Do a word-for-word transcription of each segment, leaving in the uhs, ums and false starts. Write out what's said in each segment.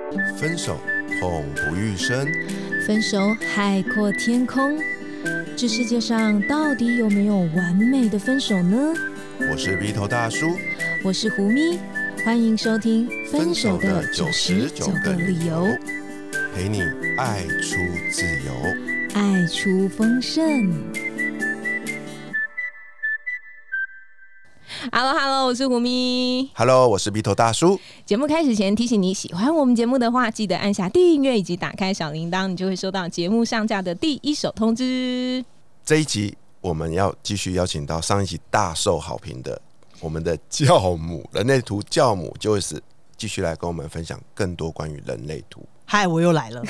分手痛不欲生， 分手海阔天空。这世界上到底有没有完美的分手呢？ 我是鼻头大叔， 我是胡咪，欢迎收听《分手的九十九个理由》， 陪你爱出自由， 爱出丰盛。Hello Hello， 我是胡咪。 Hello， 我是鼻头大叔。 节目开始前提醒你，喜欢我们节目的话，记得按下订阅以及打开小铃铛，你就会收到节目上架的第一手通知。 这一集我们要继续邀请到上一集大受好评的我们的教母人类图教母 Joyce， 继续来跟我们分享更多关于人类图。 嗨，我又来了。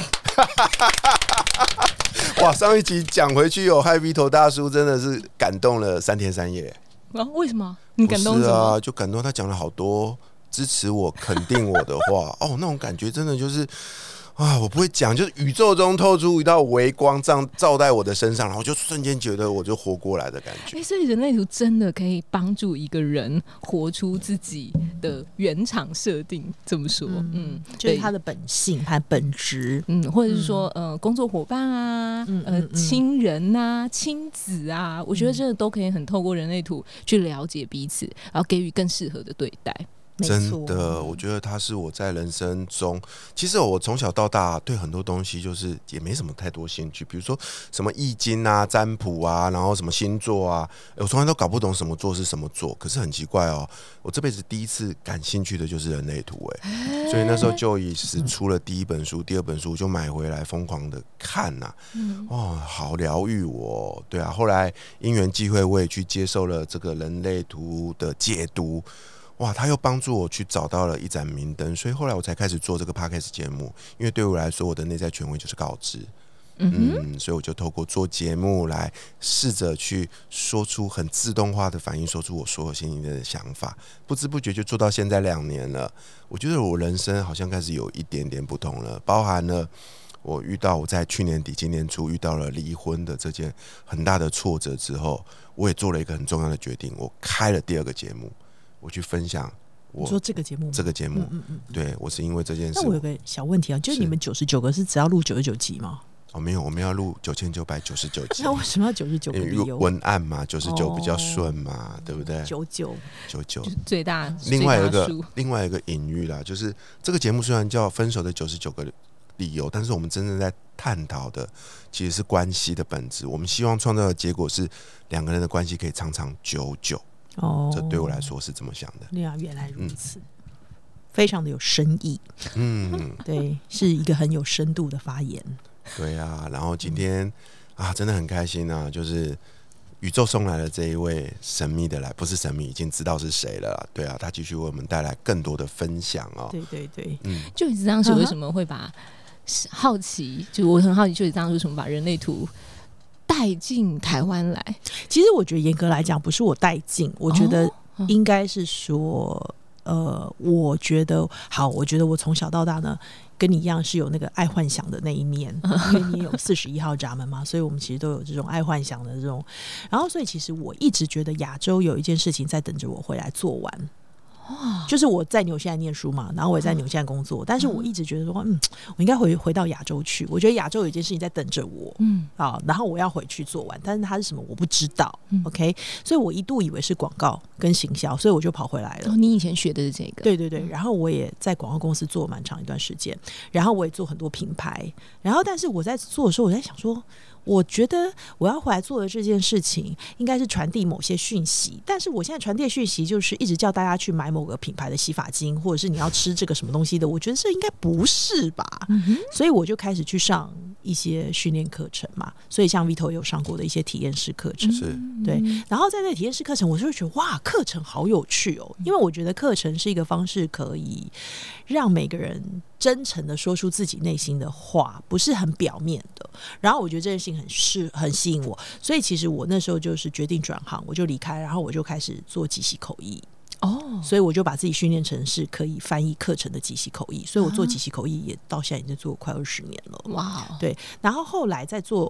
哇，上一集讲回去有害鼻头大叔真的是感动了三天三夜。 啊、为什么？你感动什么？ 不是啊，就感动他讲了好多支持我、肯定我的话。哦，那种感觉真的就是啊，我不会讲，就是宇宙中透出一道微光，照照在我的身上，然后就瞬间觉得我就活过来的感觉。 欸、所以人类图真的可以帮助一个人活出自己的原厂设定，这么说，嗯， 嗯就是他的本性和本质， 嗯，或者是说，嗯、呃，工作伙伴啊，嗯、呃，亲人啊，亲子啊，我觉得这都可以很透过人类图去了解彼此，然后给予更适合的对待。 真的，我觉得他是我在人生中，其实我从小到大对很多东西就是也没什么太多兴趣，比如说什么易经啊、占卜啊，然后什么星座啊，我从来都搞不懂什么座是什么座。可是很奇怪哦，我这辈子第一次感兴趣的就是人类图，哎，所以那时候就已是出了第一本书、第二本书就买回来疯狂的看呐、啊，哦，好疗愈我、哦，对啊。后来因缘际会，我也去接受了这个人类图的解读。哇，他又帮助我去找到了一盏明灯，所以后来我才开始做这个 podcast 节目。因为对我来说，我的内在权威就是告知，嗯, 嗯，所以我就透过做节目来试着去说出很自动化的反应，说出我所有心里的想法。不知不觉就做到现在两年了，我觉得我人生好像开始有一点点不同了，包含了我遇到我在去年底、今年初遇到了离婚的这件很大的挫折之后，我也做了一个很重要的决定，我开了第二个节目。我去分享我， 你说这个节目吗？ 这个节目，嗯嗯嗯对，我是因为这件事。 那我有个小问题啊，就是你们九十九个是只要录九十九集吗？ 哦，没有，我们要录九千九百九十九集。 那为什么要九十九个理由？ 文案嘛，九十九比较顺嘛、哦，对不对？ 九九九九最大。 另外一个另外一个隐喻啦，就是这个节目虽然叫分手的九十九个理由，但是我们真正在探讨的其实是关系的本质。我们希望创造的结果是两个人的关系可以长长久久。哦，这对我来说是这么想的。 对啊，原来如此，嗯、非常的有深意。 嗯， 对，是一个很有深度的发言。 对啊，然后今天、嗯、啊，真的很开心啊，就是宇宙送来了这一位神秘的来，不是神秘，已经知道是谁了啦。对啊，他继续为我们带来更多的分享哦。 对对对， 嗯，就你当时为什么会把好奇，就我很好奇，就你当时为什么把人类图带进台湾来？ 其实我觉得严格来讲不是我带进，我觉得应该是说、哦、呃，我觉得好，我觉得我从小到大呢跟你一样是有那个爱幻想的那一面，因为你也有四十一号闸门嘛，所以我们其实都有这种爱幻想的这种，然后所以其实我一直觉得亚洲有一件事情在等着我回来做完。就是我在纽西兰念书嘛，然后我也在纽西兰工作，但是我一直觉得说，嗯，我应该回回到亚洲去。我觉得亚洲有一件事情在等着我，嗯，啊，然后我要回去做完，但是它是什么我不知道、嗯、，OK， 所以我一度以为是广告跟行销，所以我就跑回来了。 哦，你以前学的是这个？ 对对对，然后我也在广告公司做蛮长一段时间，然后我也做很多品牌，然后但是我在做的时候，我在想说。我觉得我要回来做的这件事情应该是传递某些讯息，但是我现在传递的讯息就是一直叫大家去买某个品牌的洗发精，或者是你要吃这个什么东西的，我觉得这应该不是吧、嗯、所以我就开始去上一些训练课程嘛，所以像 Vito 有上过的一些体验式课程， 是对，然后在这体验式课程我就会觉得哇，课程好有趣哦，因为我觉得课程是一个方式可以让每个人真诚的说出自己内心的话，不是很表面的，然后我觉得这件事情很是很吸引我，所以其实我那时候就是决定转行，我就离开，然后我就开始做即席口译哦，所以我就把自己训练成是可以翻译课程的即席口译，所以我做即席口译也到现在已经做快二十年了，哇，对，然后后来在做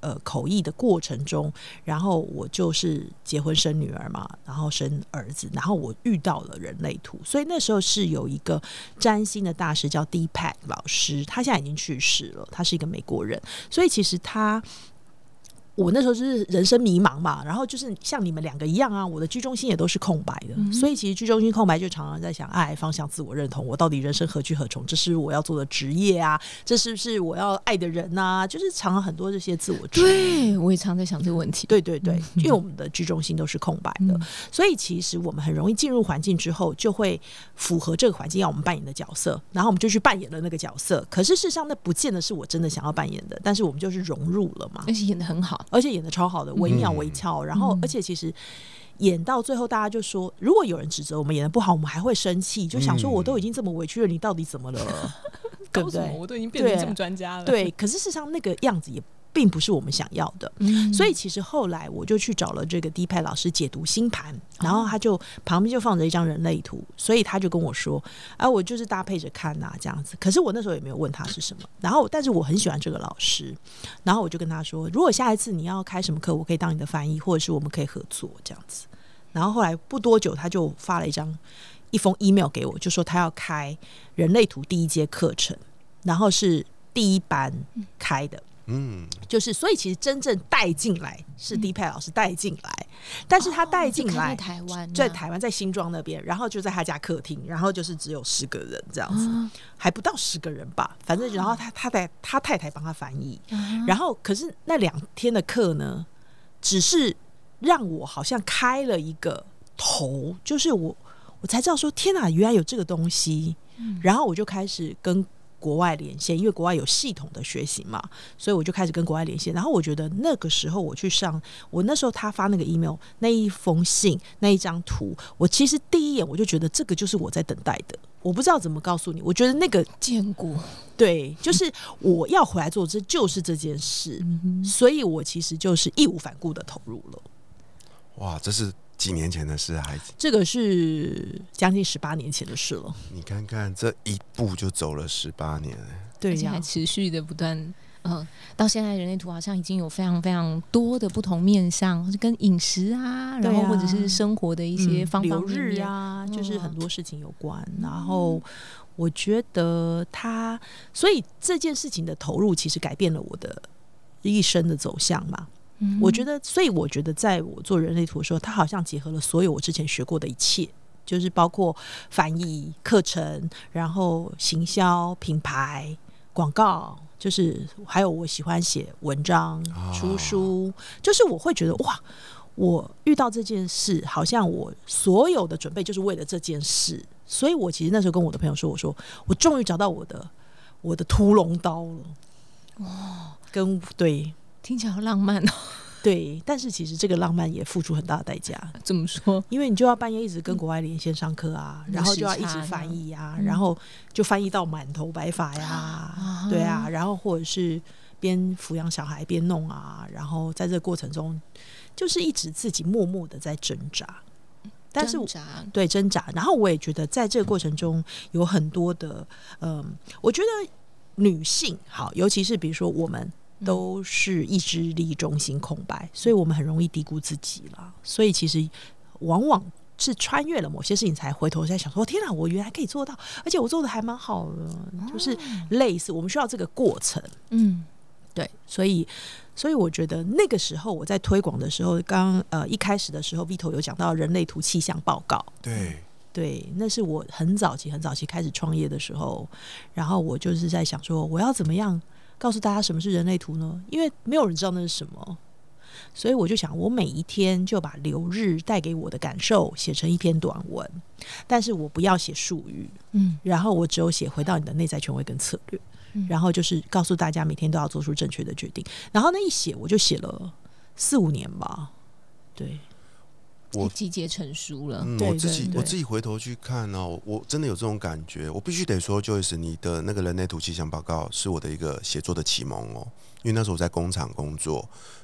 呃口译的过程中，然后我就是结婚生女儿嘛，然后生儿子，然后我遇到了人类图，所以那时候是有一个占星的大师叫 Deepak 老师，他现在已经去世了，他是一个美国人，所以其实他。我那时候就是人生迷茫嘛，然后就是像你们两个一样啊，我的居中心也都是空白的，嗯、所以其实居中心空白就常常在想爱方向、自我认同，我到底人生何去何从？这是我要做的职业啊，这是不是我要爱的人啊？就是常常很多这些自我质疑。 对，我也常在想这个问题。 对对对，因为我们的居中心都是空白的，嗯、所以其实我们很容易进入环境之后，就会符合这个环境要我们扮演的角色，然后我们就去扮演了那个角色。可是事实上，那不见得是我真的想要扮演的，但是我们就是融入了嘛， 而且演得很好。 而且演得超好的，惟妙惟肖，嗯、然后而且其实演到最后，大家就说，如果有人指责我们演得不好，我们还会生气，就想说我都已经这么委屈了，你到底怎么了？对不对？ 我都已经变成这么专家了。 对，对，可是事实上那个样子也并不是我们想要的，嗯、所以其实后来我就去找了这个迪派老师解读星盘，然后他就旁边就放着一张人类图，所以他就跟我说，啊，我就是搭配着看啊这样子。可是我那时候也没有问他是什么，然后但是我很喜欢这个老师，然后我就跟他说，如果下一次你要开什么课，我可以当你的翻译，或者是我们可以合作这样子。然后后来不多久，他就发了一张一封 email 给我，就说他要开人类图第一阶课程，然后是第一班开的。嗯，就是所以其实真正带进来是迪派老师带进来，但是他带进来、 哦、在台湾、啊， 在台湾在新庄那边，然后就在他家客厅，然后就是只有十个人这样子，哦、还不到十个人吧，反正然后他他在他太太帮他翻译，嗯、然后可是那两天的课呢，只是让我好像开了一个头，就是我我才知道说天哪，原来有这个东西，嗯、然后我就开始跟国外连线，因为国外有系统的学习嘛，所以我就开始跟国外连线。然后我觉得那个时候我去上，我那时候他发那个 email 那一封信那一张图，我其实第一眼我就觉得这个就是我在等待的。我不知道怎么告诉你，我觉得那个见过， 对，就是我要回来做，这就是这件事，嗯、所以我其实就是义无反顾的投入了。 哇，这是几年前的事，孩子？ 这个是将近十八年前的事了。 你看看，这一步就走了十八年， 对，而且还持续的不断。嗯，到现在人类图好像已经有非常非常多的不同面向，跟饮食啊，然后或者是生活的一些方方面面、 嗯、流日啊，嗯、就是很多事情有关。嗯、然后我觉得他，所以这件事情的投入其实改变了我的一生的走向嘛。嗯、我觉得，所以我觉得，在我做人类图的时候，它好像结合了所有我之前学过的一切，就是包括翻译、课程，然后行销、品牌、广告，就是还有我喜欢写文章、出书，哦、就是我会觉得哇，我遇到这件事，好像我所有的准备就是为了这件事，所以我其实那时候跟我的朋友说，我说我终于找到我的我的屠龙刀了，哇、哦，跟对。 听起来好浪漫哦， 对，但是其实这个浪漫也付出很大的代价。 怎么说？ 因为你就要半夜一直跟国外连线上课啊，嗯、然后就要一直翻译啊，嗯、然后就翻译到满头白发呀，啊对啊，然后或者是边抚养小孩边弄啊，然后在这个过程中，就是一直自己默默的在挣扎。但是挣扎对挣扎，然后我也觉得在这个过程中有很多的，嗯，我觉得女性好，尤其是比如说我们。都是意志力中心空白，所以我们很容易低估自己了。所以其实往往是穿越了某些事情，才回头在想说：天哪，我原来可以做到，而且我做的还蛮好的。就是类似，我们需要这个过程。嗯，对，所以，所以我觉得那个时候我在推广的时候，刚呃一开始的时候 ，Vito 有讲到人类图气象报告。 对。 对，那是我很早期、很早期开始创业的时候，然后我就是在想说，我要怎么样告诉大家什么是人类图呢？因为没有人知道那是什么，所以我就想，我每一天就把流日带给我的感受写成一篇短文，但是我不要写术语，嗯，然后我只有写回到你的内在权威跟策略，嗯、然后就是告诉大家每天都要做出正确的决定。然后那一写，我就写了四五年吧，对。 我集结成书了， 嗯、 对我自己对对我自己回头去看哦，我真的有这种感觉。我必须得说 ，Joyce， 你的那个人类图气象报告是我的一个写作的启蒙哦。因为那时候我在工厂工作，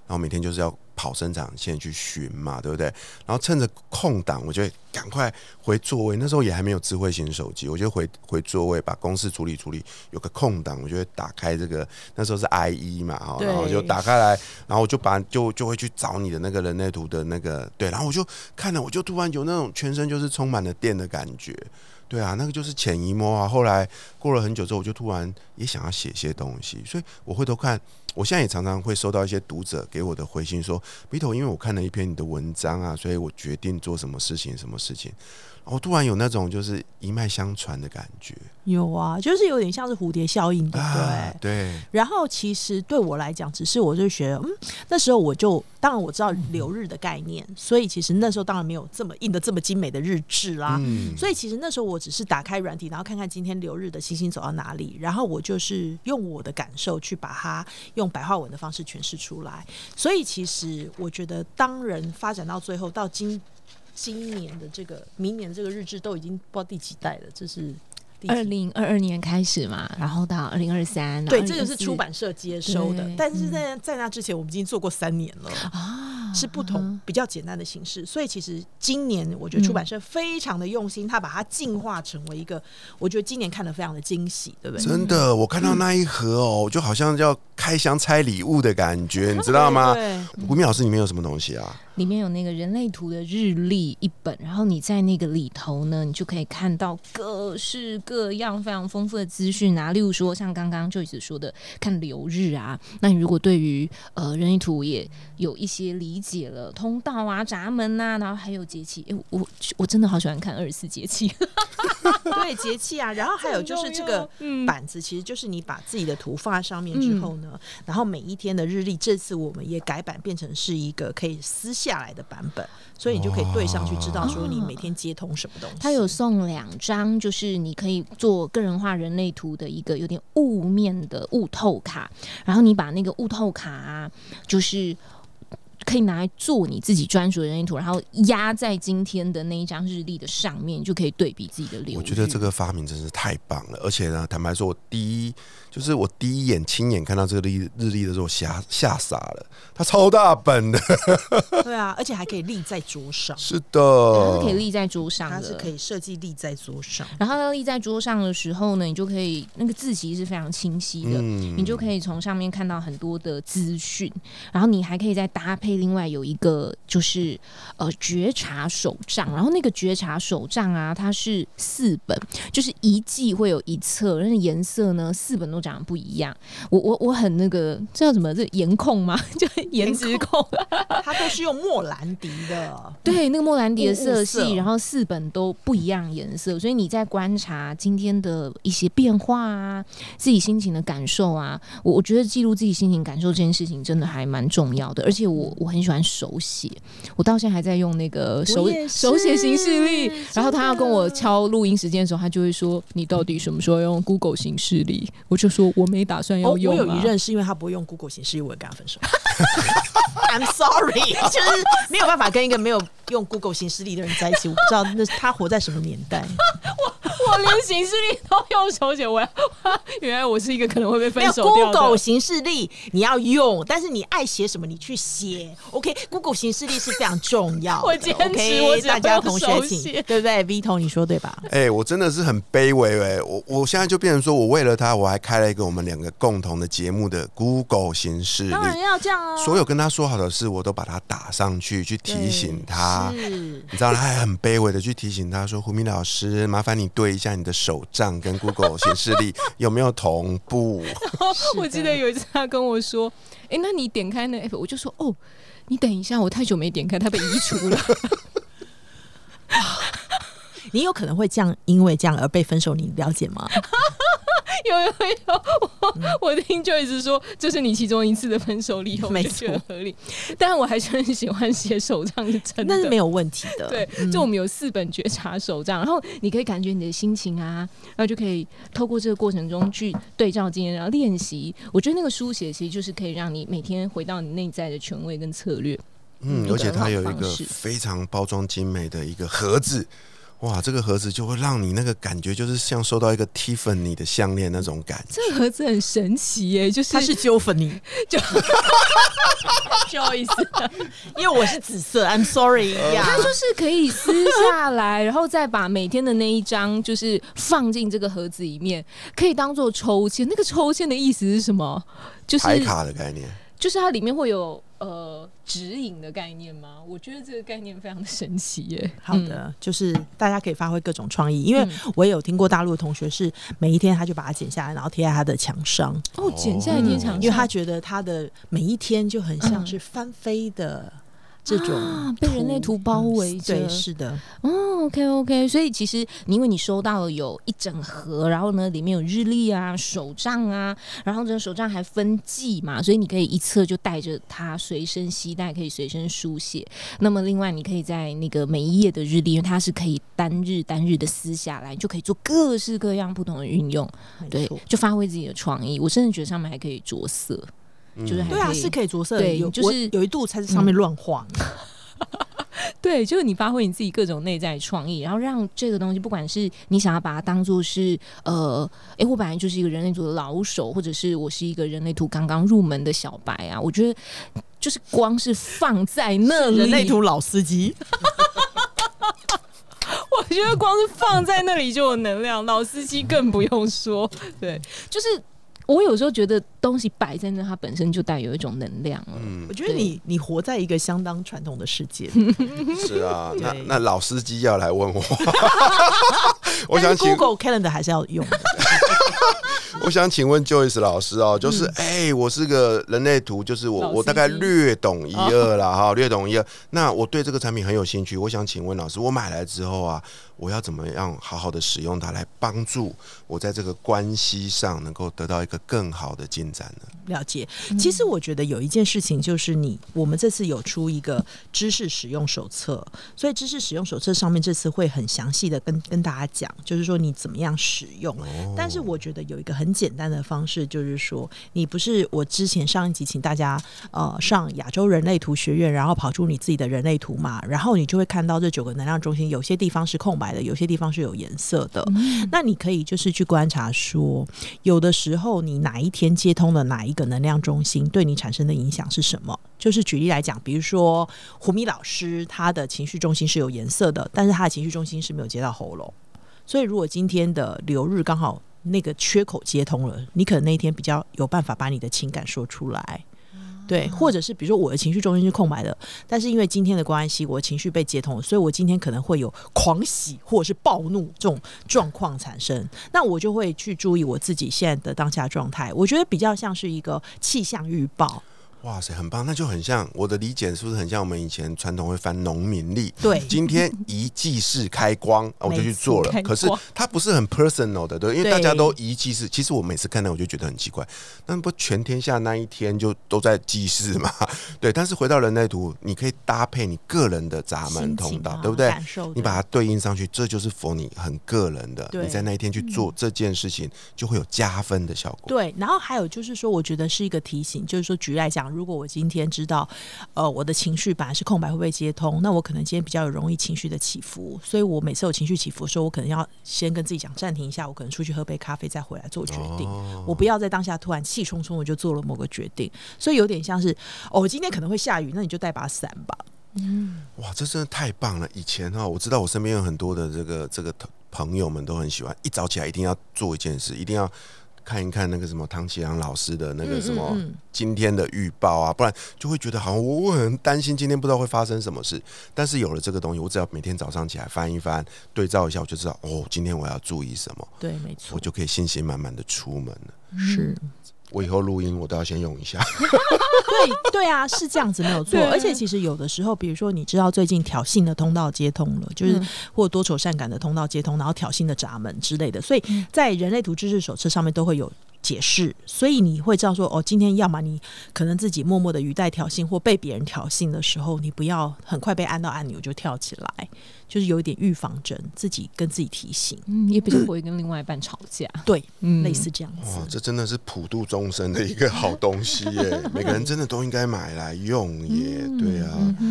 然后每天就是要跑生产线去巡嘛，对不对？然后趁着空档，我就会赶快回座位。那时候也还没有智慧型手机，我就回回座位，把公事处理处理。有个空档，我就会打开这个，那时候是 I E 嘛，然后就打开来，然后我就把就就会去找你的那个人类图的那个对，然后我就看了，我就突然有那种全身就是充满了电的感觉。对啊，那个就是潜移默化。后来过了很久之后，我就突然也想要写些东西，所以我回头看，我现在也常常会收到一些读者给我的回信说，Vito，因为我看了一篇你的文章啊，所以我决定做什么事情，什么事情。我突然有那种就是一脉相传的感觉。 有啊，就是有点像是蝴蝶效应，对不对？ 啊、对。 然后其实对我来讲，只是我就觉得，嗯，那时候我就当然我知道流日的概念，所以其实那时候当然没有这么印的这么精美的日志啦。嗯、所以其实那时候我只是打开软体，然后看看今天流日的星星走到哪里，然后我就是用我的感受去把它用白话文的方式诠释出来。所以其实我觉得，当人发展到最后，到今今年的这个明年的这个日志都已经不知道第几代了，这是二零二二年开始嘛，然后到二零二三， 对，这个是出版社接收的，但是在在那之前我们已经做过三年了啊，是不同比较简单的形式，所以其实今年我觉得出版社非常的用心，他把它进化成为一个，我觉得今年看得非常的惊喜，对不对？ 真的，我看到那一盒哦，就好像要开箱拆礼物的感觉，你知道吗？吴敏老师，里面有什么东西啊？ 里面有那个人类图的日历一本，然后你在那个里头呢，你就可以看到各式各样非常丰富的资讯啊，例如说像刚刚Joyce说的看流日啊，那你如果对于呃人类图也有一些理解了，通道啊、闸门啊，然后还有节气，欸、我我真的好喜欢看二十四节气， 对节气啊，然后还有就是这个板子，其实就是你把自己的图放在上面之后呢，嗯、然后每一天的日历，这次我们也改版变成是一个可以撕下来的版本，所以你就可以对上去，知道说你每天接通什么东西。他有送两张，就是你可以做个人化人类图的一个有点雾面的雾透卡，然后你把那个雾透卡啊，就是可以拿来做你自己专属的人类图，然后压在今天的那一张日历的上面，就可以对比自己的流日。 我觉得这个发明真是太棒了，而且呢，坦白说，我第一就是我第一眼亲眼看到这个日历的时候，吓吓傻了，它超大本的。 对啊，而且还可以立在桌上。 是的， 它可以立在桌上的， 它是可以设计立在桌上。 然后它立在桌上的时候呢，你就可以那个字其实是非常清晰的，嗯、你就可以从上面看到很多的资讯，然后你还可以再搭配。另外有一个就是呃觉察手账，然后那个觉察手账啊，它是四本，就是一季会有一册，那颜色呢四本都长得不一样。我我我很那个这叫什么？这颜控吗？就颜值控， 它都是用莫兰迪的， 对，那个莫兰迪的色系，然后四本都不一样颜色，所以你在观察今天的一些变化啊，自己心情的感受啊，我我觉得记录自己心情感受这件事情真的还蛮重要的，而且我。我很喜欢手写，我到现在还在用那个手手写行事历。然后他要跟我敲录音时间的时候，他就会说：“你到底什么时候要用 Google 行事历？”我就说：“我没打算要用、啊。” 我有一任是因为他不会用 Google 行事历，我也跟他分手。I'm sorry， 就是没有办法跟一个没有用 Google 行事历的人在一起。我不知道那他活在什么年代。 我我连行事历都用手写，我要原来我是一个可能会被分手掉的。 Google 行事历你要用，但是你爱写什么你去写。OK，Google 行事历是非常重要的。 我坚持， okay， 我大家同学请，对不对 ？Vito， 你说对吧？ 哎、欸，我真的是很卑微哎、欸，我我现在就变成说我为了他，我还开了一个我们两个共同的节目的 Google 行事历。 当然要这样啊！ 所有跟他说好的事，我都把它打上去，去提醒他。你知道，他还很卑微的去提醒他说：“胡明老师，麻烦你对一下你的手账跟 Google 行事历有没有同步。” 我记得有一次他跟我说：“哎、欸，那你点开那 app， 我就说哦。”你等一下，我太久没点开，它被移除了。 你有可能会这样，因为这样而被分手，你了解吗？ 有有有，我、嗯、我听就一直说这是你其中一次的分手理由， 没错， 合理。但我还是很喜欢写手账，是真的， 那是没有问题的。 对，就我们有四本觉察手账，然后你可以感觉你的心情啊，然后就可以透过这个过程中去对照经验，然后练习。我觉得那个书写其实就是可以让你每天回到你内在的权威跟策略。 嗯，而且它有一个非常包装精美的一个盒子。 哇，这个盒子就会让你那个感觉就是像收到一个 Tiffany 的项链那种感觉。 这个盒子很神奇耶，就是它是 Tiffany， 就不好意思， 因为我是紫色 ，I'm sorry 呀。 它就是可以撕下来，然后再把每天的那一张就是放进这个盒子里面，可以当做抽签。那个抽签的意思是什么？就是牌卡的概念。 就是它里面会有呃指引的概念吗？我觉得这个概念非常的神奇耶。 好的、嗯，就是大家可以发挥各种创意，因为我也有听过大陆的同学是每一天他就把它剪下来，然后贴在他的墙上。 哦，剪下来贴墙上、嗯， 因为他觉得他的每一天就很像是翻飞的。这种、 啊、被人类图包围着、 嗯，对，是的。 哦 ，OK OK， 所以其实因为你收到了有一整盒，然后呢里面有日历啊、手账啊，然后这手账还分季嘛，所以你可以一册就带着它随身携带，可以随身书写。那么另外你可以在那个每一页的日历，因为它是可以单日单日的撕下来，就可以做各式各样不同的运用，对，就发挥自己的创意。我甚至觉得上面还可以着色。就是还可以对啊，是可以着色的。 对，就是有一度才在上面乱画、嗯。 对，就是你发挥你自己各种内在创意，然后让这个东西，不管是你想要把它当作是呃，哎，我本来就是一个人类图的老手，或者是我是一个人类图刚刚入门的小白啊，我觉得就是光是放在那里， 人类图老司机。 我觉得光是放在那里就有能量，老司机更不用说。对，就是。我有时候觉得东西摆在那，它本身就带有一种能量了。 嗯，我觉得你你活在一个相当传统的世界。 是啊，那那老司机要来问我，我想请 Google Calendar 还是要用的。 我想请问 Joyce 老师哦，就是哎、嗯欸，我是个人类图，就是我我大概略懂一二啦哈，略懂一二。那我对这个产品很有兴趣，我想请问老师，我买来之后啊，我要怎么样好好的使用它，来帮助我在这个关系上能够得到一个更好的进展呢？ 了解，其实我觉得有一件事情就是你，我们这次有出一个知识使用手册，所以知识使用手册上面这次会很详细的跟跟大家讲，就是说你怎么样使用。哦、但是我觉得有一个很简单的方式，就是说你不是我之前上一集请大家呃上亚洲人类图学院，然后跑出你自己的人类图嘛，然后你就会看到这九个能量中心，有些地方是空白的，有些地方是有颜色的。嗯、那你可以就是去观察说，有的时候你哪一天接通了哪一个能量中心，对你产生的影响是什么？就是举例来讲，比如说胡米老师，他的情绪中心是有颜色的，但是他的情绪中心是没有接到喉咙，所以如果今天的流日刚好那个缺口接通了，你可能那一天比较有办法把你的情感说出来。对，或者是比如说我的情绪中心是空白的，但是因为今天的关系，我的情绪被接通了，所以我今天可能会有狂喜或者是暴怒这种状况产生，那我就会去注意我自己现在的当下状态，我觉得比较像是一个气象预报。 哇塞，很棒！那就很像我的理解，是不是很像我们以前传统会翻农民历？ 对， 今天宜祭祀开光，我就去做了。可是它不是很 personal 的，对，因为大家都宜祭祀。其实我每次看到我就觉得很奇怪，那不全天下那一天就都在祭祀嘛？对。但是回到人类图，你可以搭配你个人的闸门通道，啊、对不对？你把它对应上去，这就是 for 你很个人的。你在那一天去做这件事情，就会有加分的效果。 对。然后还有就是说，我觉得是一个提醒，就是说举例来讲。如果我今天知道，呃，我的情绪本来是空白，会不会接通？那我可能今天比较有容易情绪的起伏，所以我每次有情绪起伏的时候，我可能要先跟自己讲暂停一下，我可能出去喝杯咖啡，再回来做决定。哦、我不要在当下突然气冲冲的就做了某个决定，所以有点像是，哦，今天可能会下雨，那你就带把伞吧。 嗯，哇，这真的太棒了！以前哈，我知道我身边有很多的这个这个朋友们都很喜欢，一早起来一定要做一件事，一定要看一看那个什么唐启阳老师的那个什么今天的预报啊，不然就会觉得好像我我很担心今天不知道会发生什么事。但是有了这个东西，我只要每天早上起来翻一翻，对照一下，我就知道哦，今天我要注意什么。 对，没错， 我就可以信心满满的出门了。 是。 我以后录音我都要先用一下。 对对啊，是这样子没有错。而且其实有的时候，比如说你知道最近挑衅的通道接通了，就是或多愁善感的通道接通，然后挑衅的闸门之类的，所以在人类图知识手册上面都会有解释，所以你会知道说，哦，今天要么你可能自己默默的语带挑衅，或被别人挑衅的时候，你不要很快被按到按钮就跳起来，就是有一点预防针，自己跟自己提醒， 嗯，也比较不会跟另外一半吵架， 对，嗯，类似这样子。 哇，这真的是普度众生的一个好东西耶！每个人真的都应该买来用耶，对啊。嗯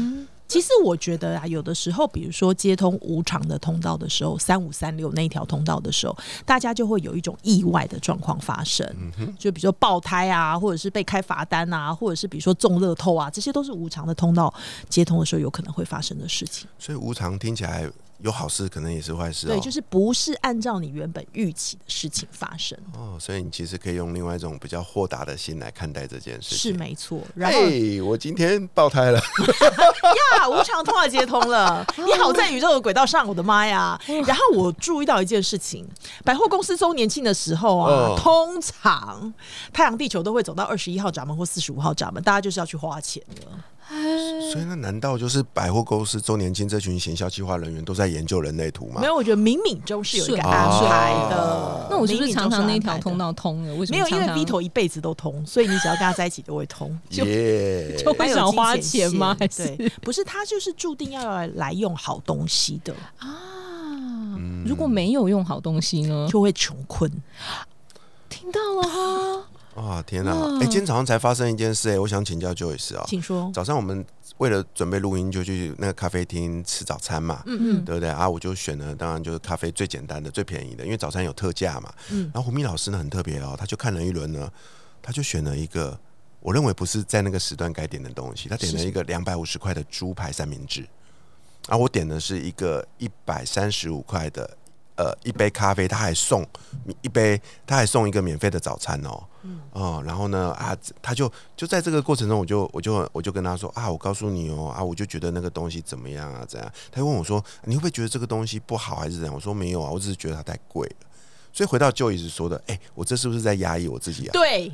其实我觉得啊，有的时候，比如说接通无偿的通道的时候，三五三六那一条通道的时候，大家就会有一种意外的状况发生，嗯、就比如说爆胎啊，或者是被开罚单啊，或者是比如说中乐透啊，这些都是无偿的通道接通的时候有可能会发生的事情。 所以无偿听起来有好事，可能也是坏事、哦。 对，就是不是按照你原本预期的事情发生。 哦，所以你其实可以用另外一种比较豁达的心来看待这件事情。 是没错。然后， 嘿，我今天爆胎了呀，无偿通话接通了，你好在宇宙的轨道上，我的妈呀！然后我注意到一件事情，百货公司周年庆的时候啊，哦、通常太阳地球都会走到二十一号闸门或四十五号闸门，大家就是要去花钱的。 所以那难道就是百货公司周年庆这群行销企划人员都在研究人类图吗？ 没有，我觉得冥冥中是有一个安排的。 啊、那我是不是常常那条通道通了？为什么常常？ 没有，因为 Vito 一辈子都通，所以你只要跟他在一起都会通，就、 yeah. 就会想花钱吗？还是对，不是他就是注定要来用好东西的啊。 嗯、如果没有用好东西呢， 就会穷困。 听到了哈。 哇天哪！哎、欸，今天早上才发生一件事、欸，哎，我想请教 Joyce 啊， 请说。 早上我们为了准备录音，就去那个咖啡厅吃早餐嘛，嗯嗯，对不对啊？我就选了，当然就是咖啡最简单的、最便宜的，因为早餐有特价嘛。嗯，然后胡咪老师呢很特别哦，他就看了一轮呢，他就选了一个我认为不是在那个时段该点的东西，他点了一个两百五十块的猪排三明治，然后我点的是一个一百三十五块的。呃，一杯咖啡，他还送一杯，他还送一个免费的早餐哦。嗯，哦，然后呢，啊，他就就在这个过程中，我就我就我就跟他说啊，我告诉你哦，啊，我就觉得那个东西怎么样啊，怎样？他就问我说，你会不会觉得这个东西不好还是怎样？我说没有啊，我只是觉得它太贵了。所以回到就一直说的，哎、欸，我这是不是在压抑我自己啊？ 对。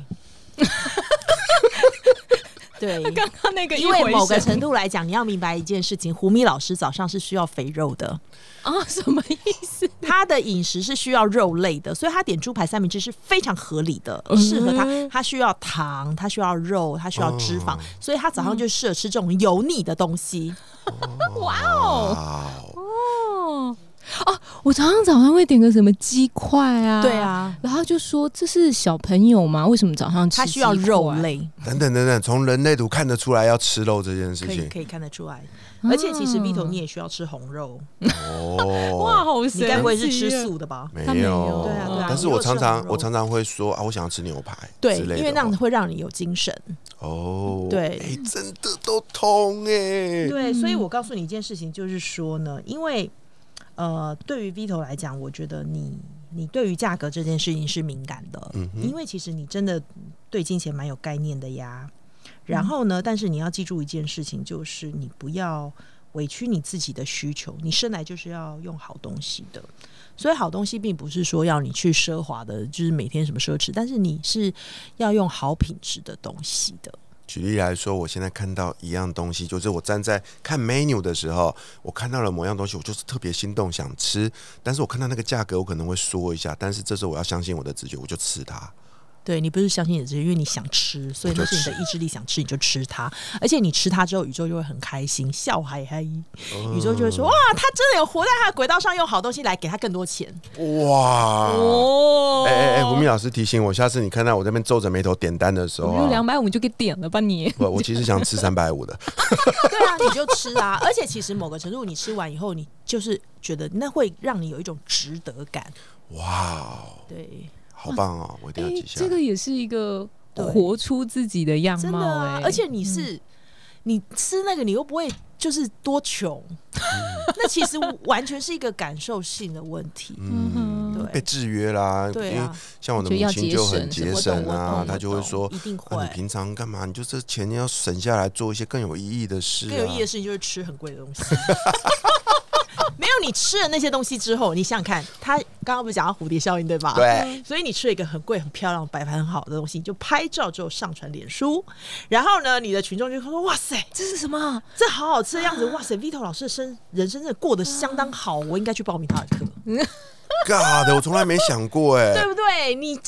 对， 刚刚那个， 因为某个程度来讲，你要明白一件事情，胡咪老师早上是需要肥肉的啊，什么意思？ 他的饮食是需要肉类的，所以他点猪排三明治是非常合理的，适、嗯、合他。他需要糖，他需要肉，他需要脂肪，哦、所以他早上就适合吃这种油腻的东西。 哇哦！哦。啊！我常常早上会点个什么鸡块啊， 对啊， 然后就说这是小朋友吗？为什么早上吃鸡块？ 他需要肉类等等等等，从人类图看得出来要吃肉这件事情， 可以可以看得出来。而且其实 Vito 你也需要吃红肉哦， 哇，好神奇！ 你该不会是吃素的吧？ 没有， 对啊对啊。 但是我常常我常常会说啊，我想要吃牛排， 对，因为那样会让你有精神。 哦， 对， 哎，真的都通哎。 对，所以我告诉你一件事情，就是说呢，因为。呃，对于 Vito 来讲，我觉得你你对于价格这件事情是敏感的，嗯、因为其实你真的对金钱蛮有概念的呀。然后呢，嗯、但是你要记住一件事情，就是你不要委屈你自己的需求，你生来就是要用好东西的。所以好东西并不是说要你去奢华的，就是每天什么奢侈，但是你是要用好品质的东西的。 举例来说，我现在看到一样东西，就是我站在看 menu 的时候，我看到了某样东西，我就是特别心动想吃，但是我看到那个价格，我可能会缩一下，但是这时候我要相信我的直觉，我就吃它。 对，你不是相信你的直觉，因为你想吃，所以那是你的意志力想吃，你就吃它。而且你吃它之后，宇宙就会很开心，笑嗨嗨，哦、宇宙就会说：哇，他真的有活在他的轨道上，用好东西来给他更多钱。 哇哦！哎哎哎，胡咪老师提醒我，下次你看到我这边皱着眉头点单的时候、啊， 两百五你就给点了吧你。 不，我其实想吃三百五的。 对啊，你就吃啊！而且其实某个程度，你吃完以后，你就是觉得那会让你有一种值得感。 哇哦！ 对。 好棒哦！我一定要记下来、 欸。这个也是一个活出自己的样貌、欸，真的啊！ 而且你是、嗯、你吃那个，你又不会就是多穷，嗯、那其实完全是一个感受性的问题。 嗯，对，被制约啦。 对啊， 像我的母亲就很节省啊，她就会说：“ 一定会、 啊，你平常干嘛？你就这钱要省下来做一些更有意义的事、啊。 更有意义的事情就是吃很贵的东西。”没有你吃了那些东西之后，你想想看，他刚刚不是讲到蝴蝶效应对吧？ 对， 所以你吃了一个很贵、很漂亮、摆盘很好的东西，你就拍照之后上传脸书，然后呢，你的群众就说：“哇塞， 这是什么？ 这好好吃的样子！哇塞 ，Vito 老师的生人生真的过得相当好，我应该去报名他的课。” God， 我从来没想过哎、欸， 对不对？你这。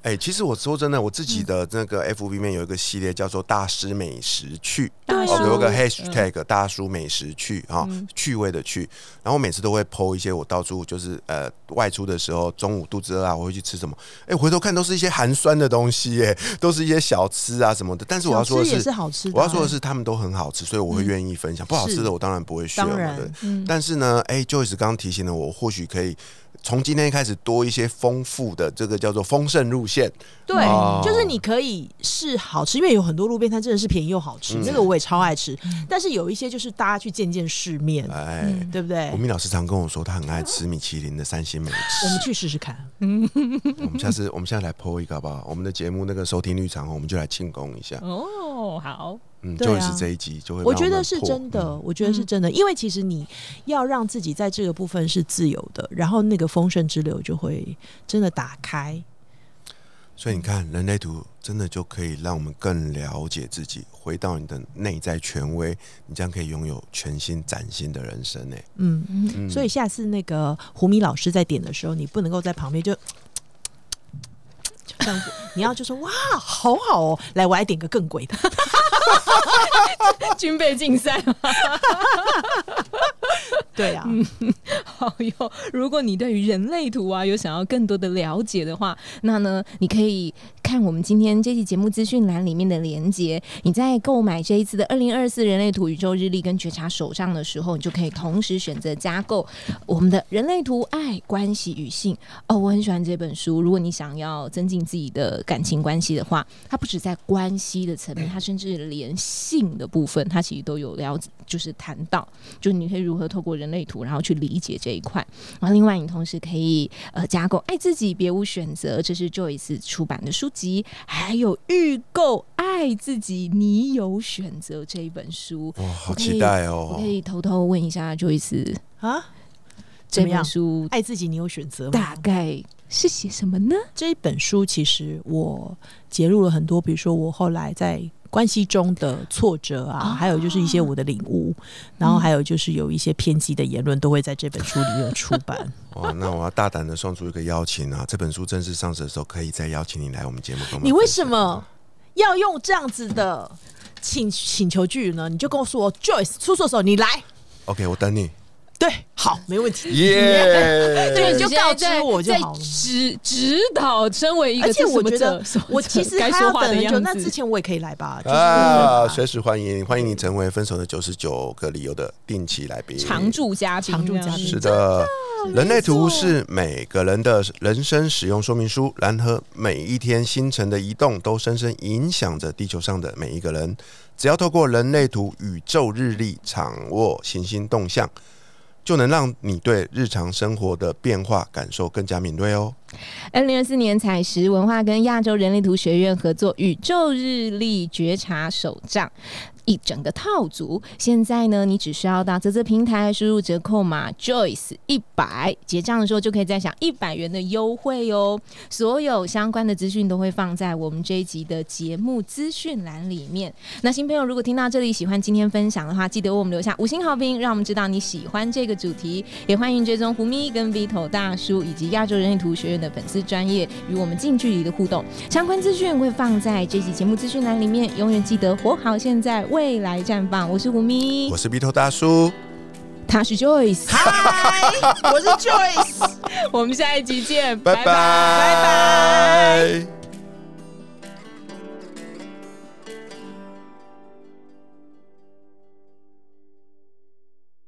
哎、欸，其实我说真的，我自己的那个 F B 面有一个系列叫做大师美食趣， 对、啊， 有个 hashtag、嗯、大叔美食趣啊、嗯，趣味的趣。然后我每次都会 po 一些我到处就是呃外出的时候，中午肚子饿啊，我会去吃什么？哎、欸，回头看都是一些寒酸的东西、欸，哎，都是一些小吃啊什么的。但是我要说的是， 也是好吃的， 我要说的是他们都很好吃，所以我会愿意分享。嗯、不好吃的我当然不会 share 嘛，对。嗯、但是呢，哎、欸、，Joyce 刚刚提醒了我，或许可以。从今天开始多一些丰富的这个叫做丰盛路线， 对、哦，就是你可以是好吃，因为有很多路边摊真的是便宜又好吃，嗯、那个我也超爱吃。嗯、但是有一些就是大家去见见世面，哎、嗯，对不对？ 吴明老师常跟我说，他很爱吃米其林的三星美食， 我们去试试看。 我们下次我们现在来 po 一个好不好？我们的节目那个收听率长，我们就来庆功一下。 哦，好。 嗯，就会是这一集就会让我, 我觉得是真的、嗯，我觉得是真的，因为其实你要让自己在这个部分是自由的，然后那个丰盛之流就会真的打开。 所以你看，人类图真的就可以让我们更了解自己，回到你的内在权威，你这样可以拥有全新崭新的人生呢。 嗯嗯，所以下次那个胡米老师在点的时候，你不能够在旁边就。这样子，你要就说哇，好好哦，来，我来点个更贵的， 军备竞赛吗？ 对啊， 嗯，好哟。如果你对于人类图啊有想要更多的了解的话，那呢，你可以看我们今天这期节目资讯栏里面的连结。你在购买这一次的二零二四人类图宇宙日历跟觉察手账的时候，你就可以同时选择加购我们的人类图爱关系与性。哦，我很喜欢这本书。如果你想要增进自己的感情关系的话，它不只在关系的层面，它甚至连性的部分，它其实都有了解，就是谈到，就你可以如何透过人类图，然后去理解这一块。然后另外，你同时可以呃加购《爱自己别无选择》，这是 Joyce 出版的书籍，还有预购《爱自己你有选择》这一本书。 哇，好期待哦！ 我可以偷偷问一下 Joyce 啊， 这本书 《爱自己你有选择》 大概是写什么呢？ 这一本书其实我揭露了很多，比如说我后来在关系中的挫折啊、哦，还有就是一些我的领悟、嗯，然后还有就是有一些偏激的言论都会在这本书里面出版。 哇，那我要大胆的送出一个邀请啊！这本书正式上市的时候，可以再邀请你来我们节目跟我们。 你为什么要用这样子的请请求句呢？你就跟我说 ，Joyce 出错的时候你来。 OK， 我等你。 对，好，没问题。 耶、 yeah ！对，你就告知我就好了。 指指导，身为一个， 而且我觉得我其实还要等很久。那之前我也可以来吧？就是、 啊，随时欢迎，欢迎你成为分手的九十九个理由的定期来宾， 常驻嘉宾， 常驻嘉宾。 是的，人类图是每个人的人生使用说明书，然而每一天星辰的移动都深深影响着地球上的每一个人。只要透过人类图宇宙日历掌握行星动向，就能让你对日常生活的变化感受更加敏锐哦。 二零二四年采实文化跟亚洲人类图学院合作宇宙日历觉察手账一整个套组，现在呢，你只需要到嘖嘖平台输入折扣码 Joyce 一百，结账的时候就可以再享一百元的优惠哦。所有相关的资讯都会放在我们这一集的节目资讯栏里面。那新朋友如果听到这里喜欢今天分享的话，记得为我们留下五星好评，让我们知道你喜欢这个主题。也欢迎追踪胡咪跟 Vito 大叔以及亚洲人类图学院的粉丝专页，与我们近距离的互动。相关资讯会放在这集节目资讯栏里面，永远记得活好现在，未来绽放。我是胡咪， 我是 Vito 大叔， 他是 Joyce， 嗨，我是 Joyce， 我们下一集见， 拜拜，拜拜。